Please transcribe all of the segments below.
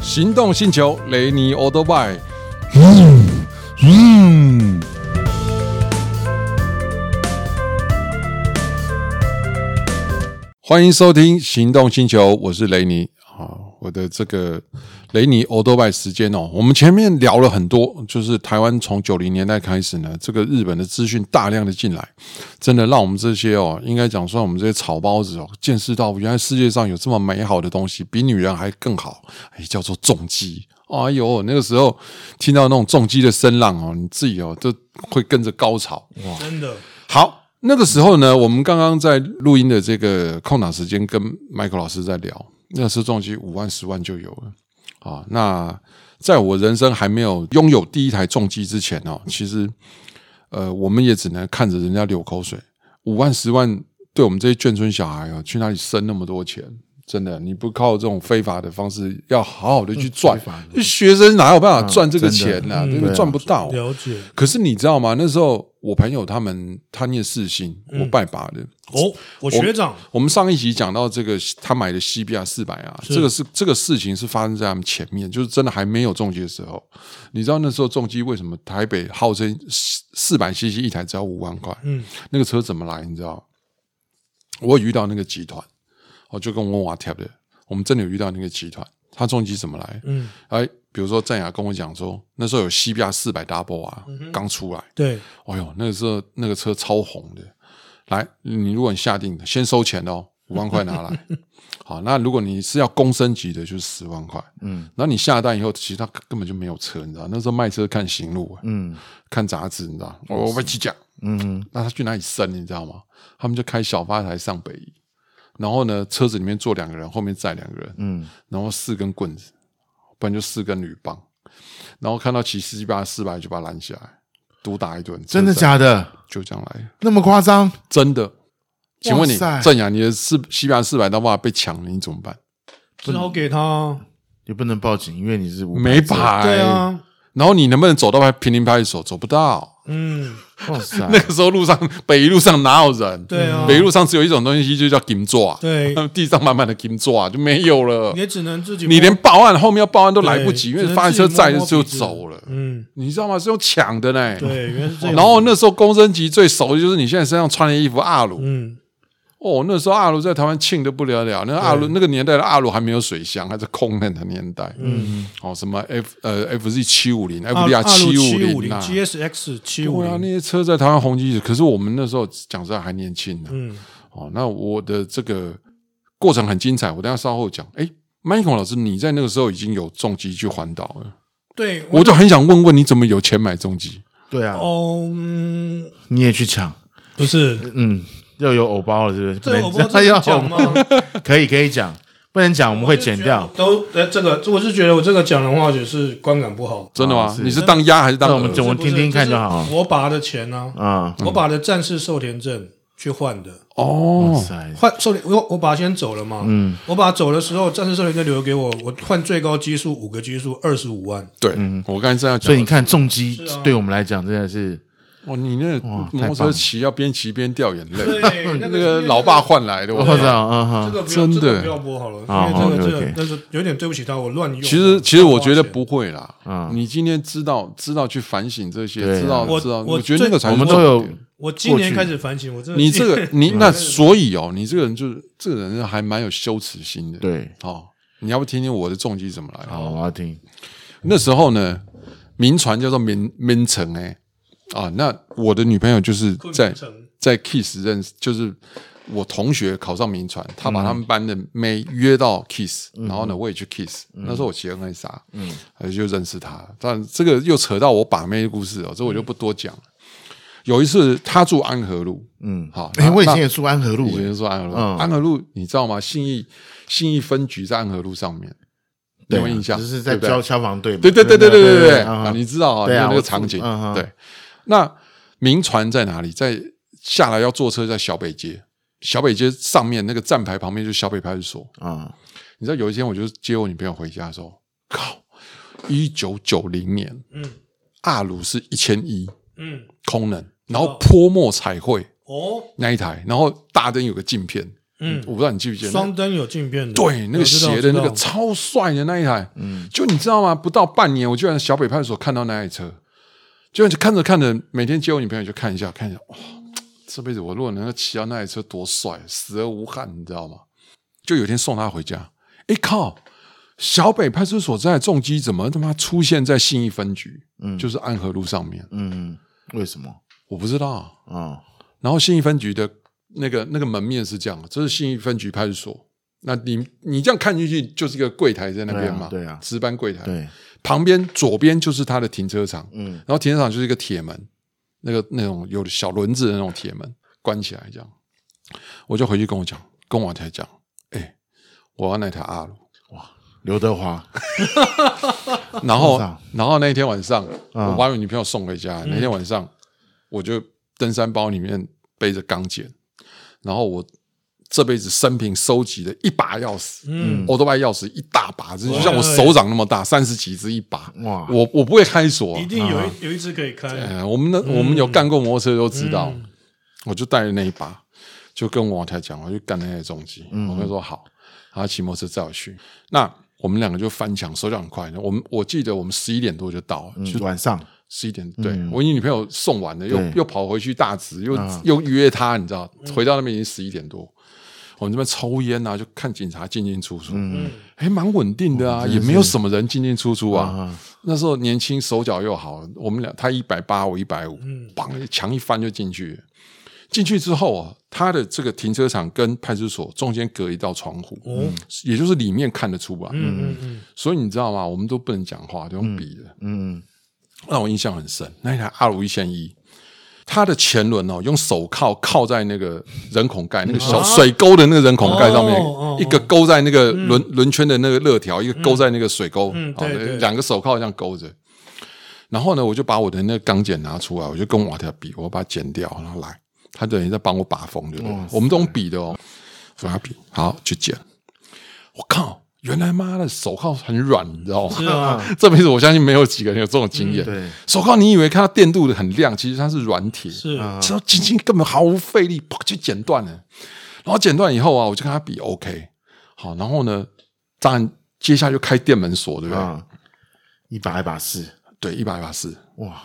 行动星球雷尼欧多拜。欢迎收听行动星球，我是雷尼。我的这个雷尼欧多拜时间我们前面聊了很多，就是台湾从90年代开始呢，这个日本的资讯大量的进来，真的让我们这些应该讲说我们这些草包子见识到原来世界上有这么美好的东西，比女人还更好，叫做重击。哎呦，那个时候听到那种重击的声浪你自己都会跟着高潮。哇， 真的好。那个时候呢，我们刚刚在录音的这个空档时间跟 Michael 老师在聊，那时候重机5万10万就有了那在我人生还没有拥有第一台重机之前其实我们也只能看着人家流口水。5万10万对我们这些眷村小孩去哪里生那么多钱？真的，你不靠这种非法的方式，要好好的去赚。学生哪有办法赚这个钱呢？对不对？赚不到。 了解。 可是你知道吗？那时候我朋友他念世新，我拜把的。 我学长。 我们上一集讲到这个，他买的西比亚400这个事情是发生在他们前面，就是真的还没有重机的时候。你知道那时候重机为什么台北号称400cc 一台只要5万块？那个车怎么来？你知道？我有遇到那个集团。就跟我贴的，我们真的有遇到那个集团，他重机怎么来？比如说战雅跟我讲说，那时候有西比亚400 Double 刚出来， 对， 哎呦，那个时候那个车超红的。来，你如果你下定先收钱5万块拿来。好，那如果你是要公升级的，就是10万块。然后你下单以后，其实他根本就没有车，你知道？那时候卖车看行路，看杂志，你知道？我被讲，那他去哪里生？你知道吗？他们就开小发台上北宜。然后呢，车子里面坐2个人，后面载2个人，然后4根棍子，不然就4根铝棒，然后看到骑西比亚400就把他拦下来，毒打一顿。 真的假的？ 就这样来，那么夸张？ 真的。请问你，郑雅，你的西比亚400到被抢了，你怎么办？ 只好给他， 也不能报警，因为你是没牌。 对啊。 然后你能不能走到平林派出所？走不到。 哇塞！ 那个时候北宜路上哪有人？ 对啊， 北宜路上只有一种东西，就叫金爪。 对， 地上满满的金爪就没有了。 也只能自己， 你连报案后面要报案都来不及，因为发现车载着就走了。你知道吗？是用抢的呢。 对，原来是这样。 然后那时候公升级最熟的就是你现在身上穿的衣服阿鲁。那时候阿鲁在台湾庆得不了了，那阿鲁那个年代的阿鲁还没有水箱，还是空冷的年代。什么FZ 750、FDR 750、 GSX 750， 那些车在台湾红极一时。可是我们那时候讲实在还年轻呢。那我的这个过程很精彩，我等一下稍后讲。Michael 老师，你在那个时候已经有重机去环岛了。 对， 我就很想问你怎么有钱买重机？ 对啊，你也去抢？ 不是， 又有偶包了，是不是？ 这偶包这样讲吗？ 可以讲，不能讲我们会剪掉。 这个，我是觉得我这个讲的话就是观感不好。 真的吗？你是当鸭还是当？ 我们听听看就好。 我把的钱呢？我把的战士受田证去换的。换受田，我把它先走了嘛。我把它走的时候，战士受田证留给我，我换最高基数5个基数25万。 对，我刚才这样讲。 所以你看，重机对我们来讲真的是。 你那摩托车骑要边骑边掉眼泪，那个老爸换来的，我知道， 真的不要播好了，因为这个但是有点对不起他，我乱用。 其实我觉得不会啦，你今天知道去反省这些，知道，我觉得那个才是我们都有。 我今年开始反省，我真的你这个那所以你这个人就是这个人还蛮有羞耻心的， 对， 你要不听听我的重机怎么来？ 好，我要听。 那时候呢，民传叫做民城那我的女朋友就是在 Kiss 认识，就是我同学考上民传，他把他们班的妹约到 Kiss，然后呢我也去 Kiss，那时候我骑 NSR，就认识他。但这个又扯到我把妹的故事这我就不多讲了。有一次他住安和路，好， 我以前也住安和路， 安和路你知道吗？信义分局在安和路上面。有没有印象？ 就是在消防队嘛。 对，你知道那个场景。对，那民传在哪里？在下来要坐车，在小北街。小北街上面那个站牌旁边就是小北派出所。你知道有一天我就接我女朋友回家的时候，靠，1990年，阿鲁是1100，空能，然后泼墨彩绘那一台，然后大灯有个镜片， 我不知道你记不记得双灯有镜片的， 对，那个斜的那个超帅的那一台，就你知道吗？不到半年，我就在小北派出所看到那台车，就看着看着，每天接我女朋友就看一下，哇，这辈子我如果能够骑到那台车多帅，死而无憾，你知道吗？就有一天送她回家，靠，小北派出所在的重机怎么他妈出现在信义分局？就是安和路上面。 为什么？ 我不知道啊。然后信义分局的那个门面是这样，这是信义分局派出所。那你这样看进去就是一个柜台在那边嘛， 对啊， 值班柜台。 对， 旁边左边就是他的停车场，然后停车场就是一个铁门，那种有小轮子的那种铁门，关起来这样。我就回去跟我太太讲，我要那台阿鲁。 哇，刘德华。 然后那天晚上，我把我女朋友送回家，那天晚上我就登山包里面背着钢剪，然后我这辈子生平收集的一把钥匙，Otobai 钥匙一大把，就像我手掌那么大，30几只一把。哇！我不会开锁， 一定有一只可以开。 我们有干过摩托车都知道，我就带着那一把，就跟我太太讲，我就干那台重机。我跟他说好，他骑摩托车载我去。那我们两个就翻墙，手脚很快。我记得我们11点多就到了，就晚上 11点。对，我女朋友送完了，又跑回去大直，又约她，你知道，回到那边已经11点多。我们这边抽烟啊，就看警察进进出出，蛮稳定的啊，也没有什么人进进出出啊。那时候年轻，手脚又好，我们俩他180，我150，绑墙一翻就进去。进去之后啊，他的这个停车场跟派出所中间隔一道窗户，也就是里面看得出来。所以你知道吗？我们都不能讲话，都用笔的。让我印象很深。那一台阿鲁1001，它的前轮用手靠在那个人孔盖，那个小水沟的那个人孔盖上面，一个勾在那个轮圈的那个肋条，一个勾在那个水沟，两个手铐这样勾着。然后呢，我就把我的那个钢剪拿出来，我就跟我太太比，我把它剪掉，然后来。他等于在帮我把风，对不对？我们都用笔的哦，把它笔好去剪。我靠，原来妈的手铐很软，你知道吗？ 是啊， 这辈子我相信没有几个人有这种经验。 对， 手铐你以为看到电镀的很亮，其实它是软铁， 是知道轻轻根本毫无费力，就剪断了。然后剪断以后啊，我就跟他比 OK， 好，然后呢，当然接下来就开电门锁，对不对？ 一把4， 对，一把4， 哇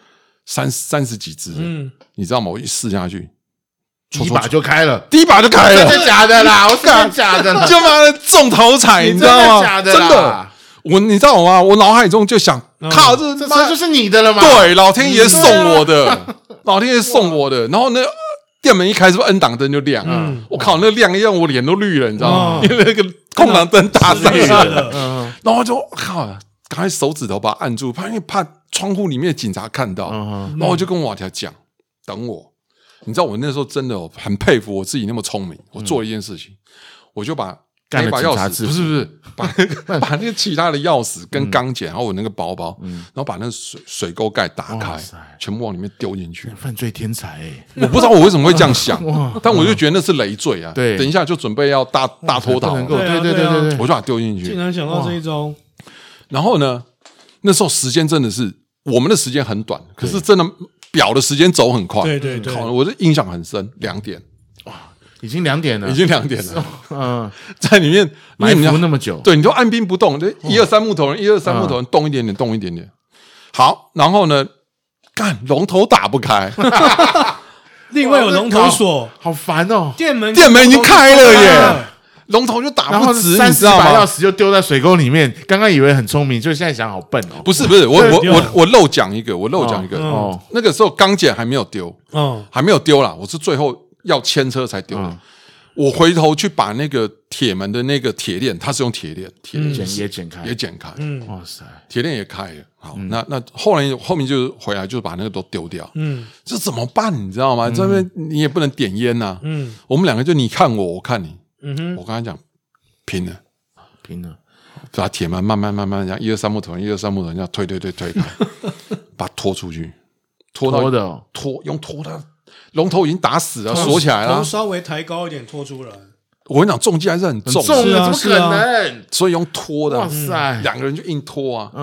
，30几只，你知道吗？我一试下去， 第一把就开了， 第一把就开了， 真的假的啦？我是真的假的啦？ 就妈的中头彩，你知道吗？ 假的， 真的。你知道吗？我脑海中就想，靠，这就是你的了嘛？ 对，老天爷送我的，老天爷送我的。然后呢，电门一开，是不是 N 档灯就亮？我靠，那亮一样，我脸都绿了，你知道吗？因为那个空档灯打上去了。然后就靠，赶快手指头把它按住，怕窗户里面的警察看到。然后我就跟我太太讲，等我。你知道我那时候真的很佩服我自己那么聪明，我做了一件事情，我就把那把钥匙不是把那个其他的钥匙跟钢剪，然后我那个包包，然后把那个水沟盖打开，全部往里面丢进去。 犯罪天才我不知道我为什么会这样想，但我就觉得那是累赘啊。 对， 等一下就准备要大脱逃， 对， 我就把它丢进去。 竟然想到这一招。 然后呢，那时候时间真的是我们的时间很短，可是真的表的时间走很快。 对， 我的印象很深，2点。 已经2点了， 已经2点了。在里面埋伏那么久， 对，你就按兵不动，就1、2、3木头人，1、2、3木头人动一点点，动一点点。好，然后呢，干龙头打不开， 另外有龙头锁， 好烦哦。 电门已经开了耶，龙头就打不直，你知道吗？ 把钥匙就丢在水沟里面，刚刚以为很聪明，就现在想好笨哦。 不是，我漏讲一个，那个时候钢剪还没有丢，还没有丢啦，我是最后要牵车才丢的。我回头去把那个铁门的那个铁链，它是用铁链也剪开， 哇塞，铁链也开了。好，那后面就是回来，就是把那个都丢掉。这怎么办？你知道吗？这边你也不能点烟呐。我们两个就你看我，我看你。我跟他讲，拼了，把铁门慢慢这样1、2、3木头人，1、2、3木头人这样推开，把它拖出去，拖用拖的。龙头已经打死了，锁起来了。 头稍微抬高一点，拖出来。 我跟你讲，重机还是很重， 怎么可能？ 所以用拖的， 哇塞 ，2个人就硬拖啊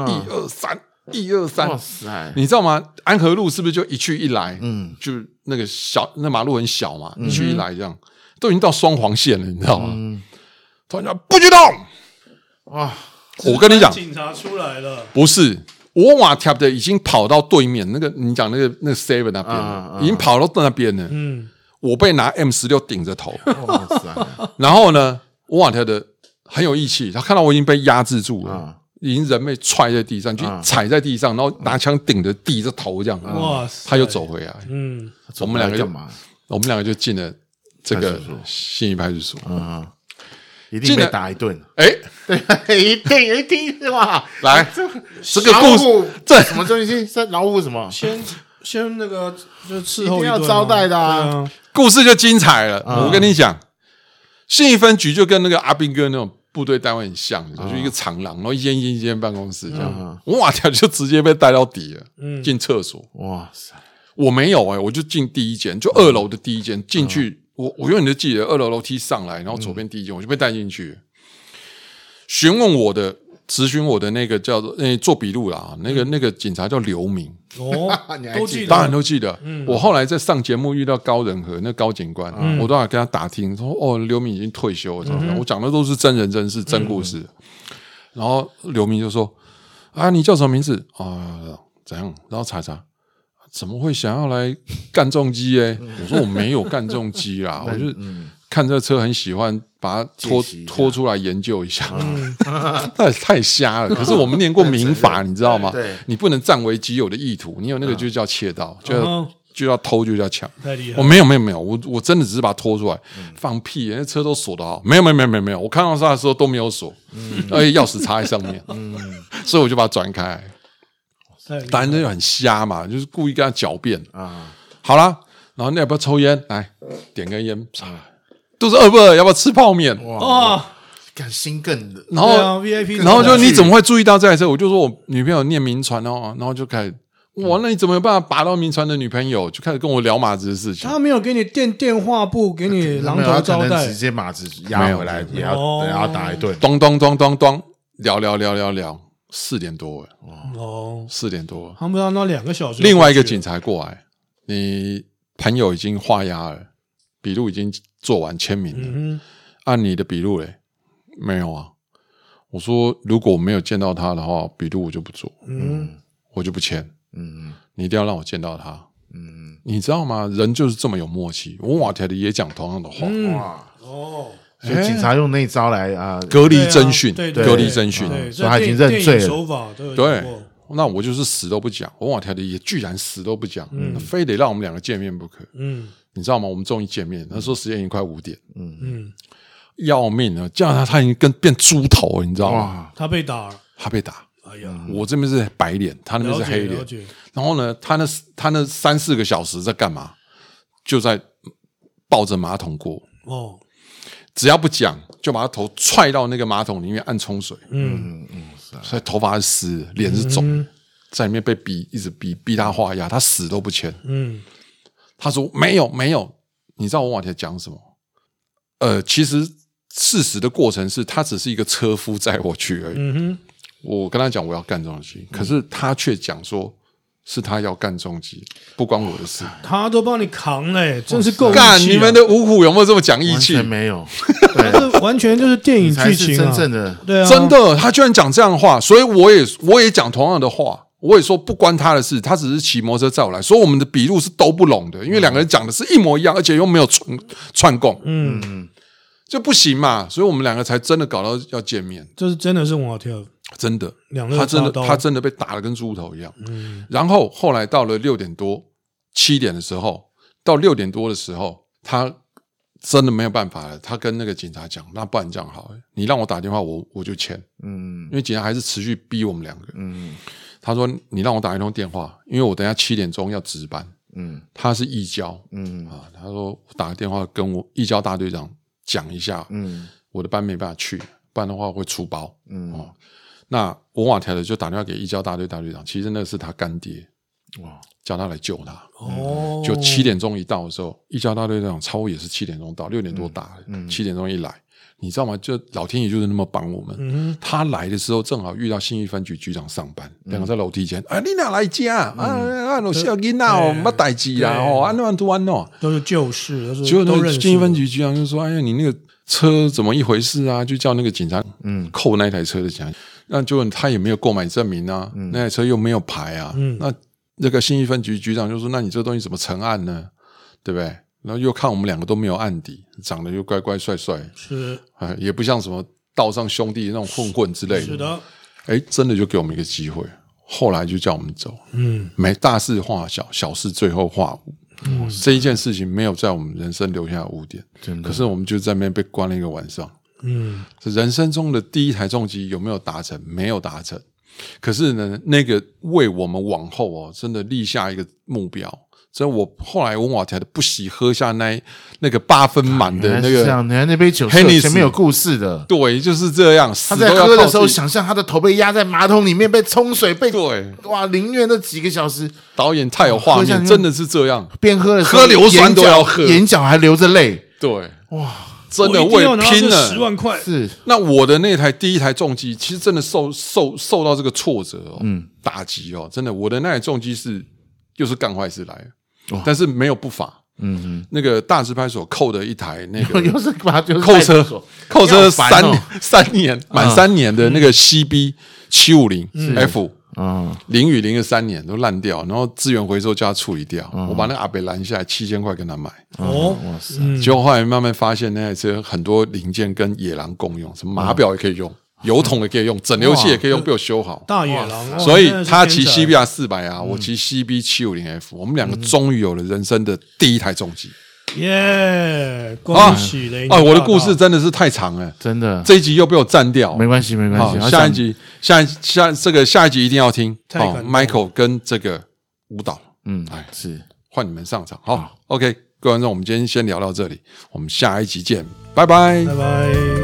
，1、2、3， 哇塞！ 你知道吗？安和路是不是就一去一来？就那个那马路很小嘛，一去一来这样， 都已经到双黄线了，你知道吗？突然讲不许动啊！我跟你讲， 警察出来了， 不是我瓦贴的已经跑到对面那个你讲那个 7 那边了，已经跑到那边了。我被拿 M16 顶着头，然后呢，我瓦贴的很有义气，他看到我已经被压制住了。已经人被踹在地上，就踩在地上，然后拿枪顶着地着头这样，哇！他又走回来，我们两个就进了这个信义派出所， 一定被打一顿， 对， 一定是吧？ 来，这个故事这什么东西？是老虎什么？ 先那个就伺候一顿， 要招待的啊！ 故事就精彩了。我跟你讲，信义分局就跟那个阿兵哥那种部队单位很像，就一个长廊，然后一间办公室这样。我瓦条就直接被带到底了，进厕所。哇塞！我没有我就进第一间，就2楼的第一间进去。我永远都记得2楼楼梯上来，然后左边第一间我就被带进去，询问我的。咨询我的那个叫做做笔录啦，那个警察叫刘明都记得， 当然都记得。我后来在上节目遇到高仁和那高警官，我都要跟他打听说刘明已经退休了，我讲的都是真人真事真故事。然后刘明就说啊，你叫什么名字啊？怎样？然后查怎么会想要来干重机我说我没有干重机啦，我就看这车很喜欢，把它拖出来研究一下，太瞎了。可是我们念过民法，你知道吗？你不能占为己有的意图，你有那个就叫窃盗，就要偷，就叫抢。 太厉害！ 我没有，我真的只是把它拖出来，放屁！那车都锁得好，没有，我看到他的时候都没有锁，而且钥匙插在上面，所以我就把它转开。当然这就很瞎嘛，就是故意跟他狡辩啊。好啦，然后你要不要抽烟？来点根烟。肚子饿不饿？要不要吃泡面？ 哇，敢心更的。 然后 VIP， 然后就你怎么会注意到这台车？我就说我女朋友念民传哦，然后就开始哇，那你怎么有办法拔到民传的女朋友？就开始跟我聊马子的事情。 他没有给你电话簿，给你榔头招待， 直接马子压回来，也要打一顿。 咚，聊4点多4点多， 他们要那2个小时。 另外一个警察过来，你朋友已经画押了，笔录已经做完签名了，按你的笔录嘞？没有啊。我说如果我没有见到他的话，笔录我就不做，我就不签，你一定要让我见到他，你知道吗？人就是这么有默契。我瓦条的也讲同样的话， 所以警察用那招来隔离侦讯，隔离侦讯， 所以他已经认罪了。 对，那我就是死都不讲。我瓦条的也居然死都不讲，非得让我们2个见面不可。你知道吗？我们终于见面，那时候时间已经快5点，要命了！这样他已经变猪头了，你知道吗？ 他被打了， 哎呀，我这边是白脸，他那边是黑脸。然后呢，他那3-4个小时在干嘛？就在抱着马桶过。只要不讲，就把他头踹到那个马桶里面按冲水。所以头发是湿，脸是肿，在里面被一直逼他画押，他死都不签。他说没有，你知道我往前讲什么？其实事实的过程是他只是一个车夫载我去而已。我跟他讲我要干重机，可是他却讲说是他要干重机，不关我的事。 他都帮你扛嘞，真是够义气干！你们的五虎有没有这么讲义气？ 完全没有， 这完全就是电影剧情真正的， 对啊， 真的，他居然讲这样的话，所以我也讲同样的话。我也说不关他的事，他只是骑摩托车载我来，所以我们的笔录是都不拢的，因为2个人讲的是一模一样，而且又没有串供，就不行嘛，所以我们2个才真的搞到要见面。 这是真的是我跳， 真的，他真的被打得跟猪头一样。然后后来到了6点多7点的时候，到6点多的时候，他真的没有办法了，他跟那个警察讲，那不然这样好了，你让我打电话我就签，因为警察还是持续逼我们2个。他说你让我打一通电话，因为我等一下7点钟要值班。他是义交，他说我打个电话跟我义交大队长讲一下，我的班没办法去，不然的话我会出包。那我瓦条的就打电话给义交大队大队长，其实那是他干爹，叫他来救他。就7点钟一到的时候，义交大队长超也是7点钟到，6点多打，7点钟一来， 你知道吗？就老天爷就是那么帮我们。他来的时候正好遇到信义分局局长上班，两个在楼梯间，你哪来家啊？我小囡仔哦，没代志啦哦，安怎都是旧事， 就那个信义分局局长就说：“哎呀，你那个车怎么一回事啊？”就叫那个警察扣那台车的警察，那就他也没有购买证明啊，那台车又没有牌啊，那个信义分局局长就说：“那你这东西怎么成案呢？对不对？”然后又看我们两个都没有案底，长得又乖乖帅帅， 是也不像什么道上兄弟那种混之类的。 是的， 真的就给我们一个机会，后来就叫我们走。没大事化小，小事最后化无。这一件事情没有在我们人生留下污点，可是我们就在那边被关了一个晚上。人生中的第一台重机有没有达成？没有达成。可是呢，那个为我们往后真的立下一个目标。所以我后来文瓦台的不喜喝下那个8分满的那个， 原来那杯酒是前面有故事的。 对，就是这样。 他在喝的时候，想象他的头被压在马桶里面，被冲水，被哇淋浴那几个小时。 导演太有画面，真的是这样。 边喝的时候， 喝硫酸都要喝， 眼角还流着泪。 对，哇，真的为拼了 10万块。 是， 那我的那第一台重机，其实真的受到这个挫折打击真的，我的那台重机又是干坏事来了。但是没有不法，那个大直派所扣的一台那个又是把扣车3年满3年的那个 CB 750F 0与0的3年都烂掉，然后资源回收叫他处理掉，我把那个阿北拦下来7000块跟他买。 哇塞！ 结果后来慢慢发现那台车很多零件跟野狼共用，什么码表也可以用。油桶也可以用，整流器也可以用，被我修好。 大野狼， 所以他骑 CBR 400我骑 CB 750F，我们两个终于有了人生的第一台重机。 耶！恭喜雷！ 我的故事真的是太长了， 真的。 这一集又被我占掉， 没关系。 下一集，下一集一定要听。Michael 跟这个舞蹈， 是换你们上场。好 ，OK， 各位观众，我们今天先聊到这里，我们下一集见，拜拜， 拜拜。